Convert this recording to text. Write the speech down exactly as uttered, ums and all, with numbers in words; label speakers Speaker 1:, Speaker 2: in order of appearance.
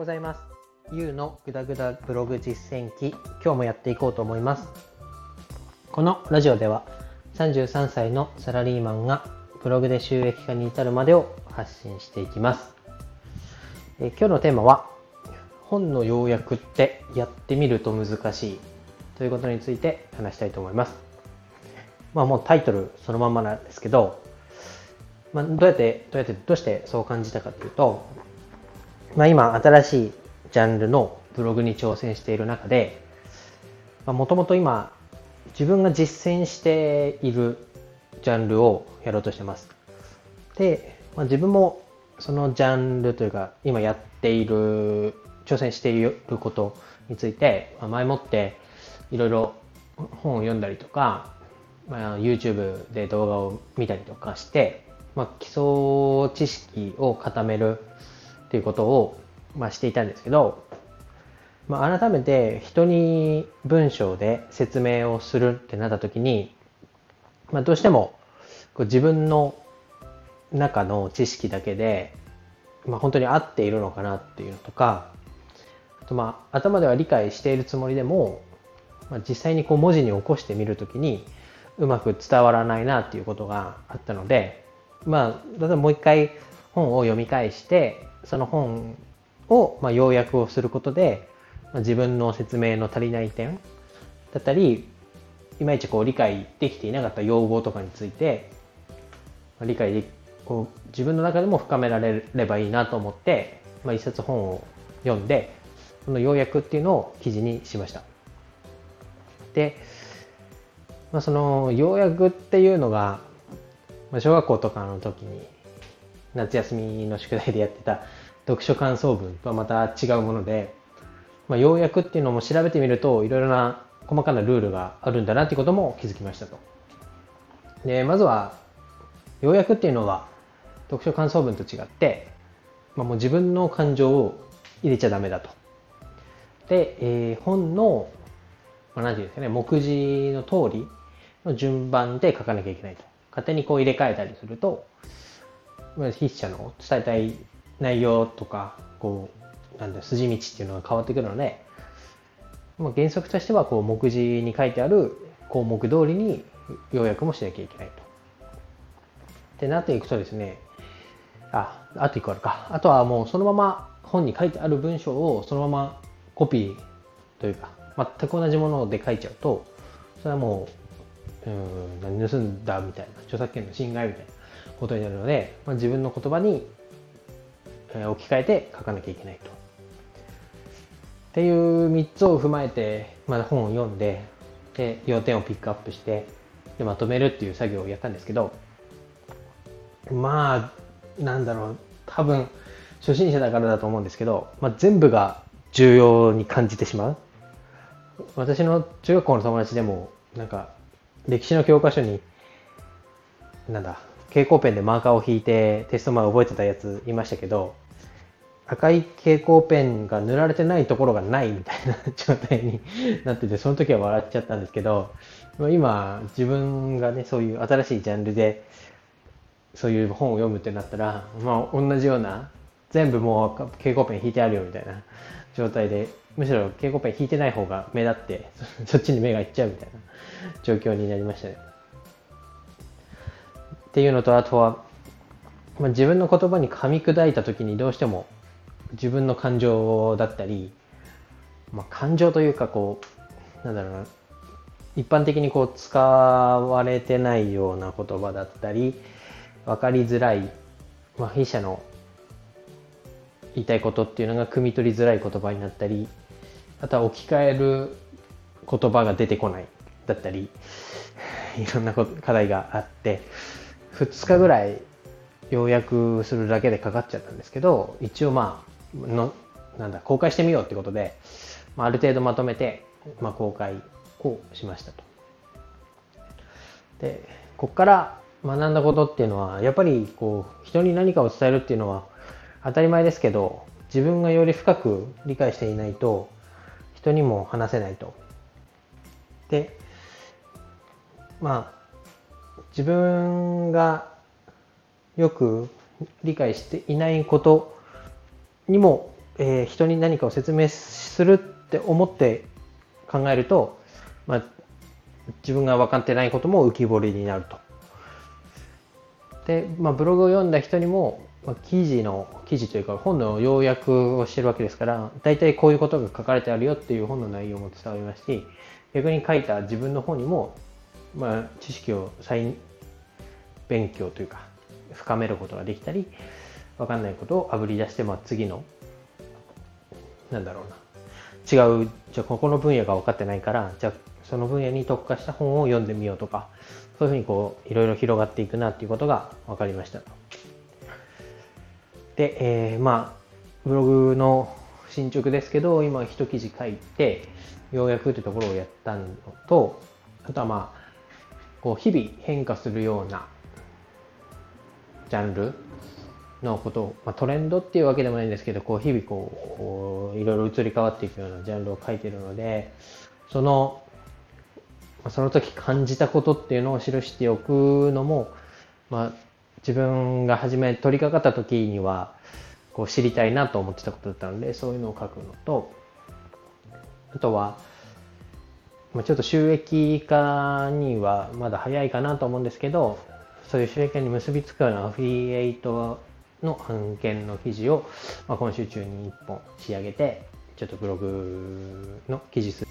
Speaker 1: ございます。ゆうのぐだぐだブログ実践記、今日もやっていこうと思います。このラジオではさんじゅうさんさいのサラリーマンがブログで収益化に至るまでを発信していきます。え今日のテーマは、本の要約ってやってみると難しいということについて話したいと思います。まあもうタイトルそのままなんですけど、まあ、どうやってどうやってどうしてそう感じたかというと、まあ、今新しいジャンルのブログに挑戦している中で、もともと今自分が実践しているジャンルをやろうとしてます。で、まあ、自分もそのジャンルというか今やっている挑戦していることについて、まあ、前もっていろいろ本を読んだりとか、まあ、YouTube で動画を見たりとかして、まあ、基礎知識を固めるということを、まあ、していたんですけど、まあ、改めて人に文章で説明をするってなった時に、まあ、どうしてもこう自分の中の知識だけで、まあ、本当に合っているのかなっていうのとか、あとまあ頭では理解しているつもりでも、まあ、実際にこう文字に起こしてみるときにうまく伝わらないなっていうことがあったので、まあ例えばもう一回本を読み返してその本をまあ要約をすることで、まあ、自分の説明の足りない点だったり、いまいちこう理解できていなかった用語とかについて理解でこう自分の中でも深められればいいなと思って、まあ、一冊本を読んでその要約っていうのを記事にしました。で、まあ、その要約っていうのが、まあ、小学校とかの時に夏休みの宿題でやってた読書感想文とはまた違うもので、まあ、要約っていうのも調べてみるといろいろな細かなルールがあるんだなっていうことも気づきましたと。で、まずは要約っていうのは読書感想文と違って、まあ、もう自分の感情を入れちゃダメだと。で、えー、本の、まあ、なんていうんですかね、目次の通りの順番で書かなきゃいけないと。勝手にこう入れ替えたりすると、筆者の伝えたい内容とか、こう、なんだ、筋道っていうのが変わってくるので、まあ、原則としてはこう目次に書いてある項目通りに要約もしなきゃいけないと。ってなっていくとですね、あ、あといっこあるか。あとはもうそのまま本に書いてある文章をそのままコピーというか、全く同じもので書いちゃうと、それはもう、うん、盗んだみたいな、著作権の侵害みたいなことになるので、まあ、自分の言葉に置き換えて書かなきゃいけないと。っていうみっつを踏まえて、まあ、本を読んで、で、要点をピックアップして、で、まとめるっていう作業をやったんですけど、まあ、なんだろう、多分、初心者だからだと思うんですけど、まあ、全部が重要に感じてしまう。私の中学校の友達でも、なんか、歴史の教科書に、なんだ、蛍光ペンでマーカーを引いてテスト前覚えてたやついましたけど、赤い蛍光ペンが塗られてないところがないみたいな状態になってて、その時は笑っちゃったんですけど、今、自分がね、そういう新しいジャンルで、そういう本を読むってなったら、まあ同じような、全部もう蛍光ペン引いてあるよみたいな状態で、むしろ蛍光ペン引いてない方が目立って、そっちに目がいっちゃうみたいな状況になりましたね。っていうのと、あとは、まあ、自分の言葉に噛み砕いた時にどうしても自分の感情だったり、まあ、感情というかこう、なんだろうな、一般的にこう使われてないような言葉だったり、分かりづらい、まあ、筆者の言いたいことっていうのが汲み取りづらい言葉になったり、あとは置き換える言葉が出てこないだったり、いろんな課題があって、ふつかぐらい要約するだけでかかっちゃったんですけど、一応まあのなんだ公開してみようってことで、まあ、ある程度まとめて、まあ、公開をしましたと。で、ここから学んだことっていうのは、やっぱりこう人に何かを伝えるっていうのは当たり前ですけど、自分がより深く理解していないと人にも話せないと。で、まあ自分がよく理解していないことにもえー、人に何かを説明するって思って考えると、まあ、自分が分かってないことも浮き彫りになると。で、まあ、ブログを読んだ人にも、まあ、記事の記事というか本の要約をしてるわけですから、大体こういうことが書かれてあるよっていう本の内容も伝わりますし、逆に書いた自分の方にも、まあ、知識を再勉強というか深めることができたり、分かんないことをあぶり出して、まあ、次のなんだろうな違うじゃあここの分野が分かってないから、じゃあその分野に特化した本を読んでみようとか、そういうふうにこういろいろ広がっていくなっていうことが分かりました。で、えー、まあブログの進捗ですけど、今一記事書いてようやくってところをやったのと、あとはまあこう日々変化するようなジャンルのことを、まあ、トレンドっていうわけでもないんですけど、こう日々こういろいろ移り変わっていくようなジャンルを書いているので、そのその時感じたことっていうのを記しておくのも、まあ、自分が初め取り掛かった時にはこう知りたいなと思ってたことだったので、そういうのを書くのと、あとは、まあ、ちょっと収益化にはまだ早いかなと思うんですけど、そういう収益化に結びつくようなアフィリエイトの案件の記事を、まあ、今週中にいっぽん仕上げて、ちょっとブログの記事数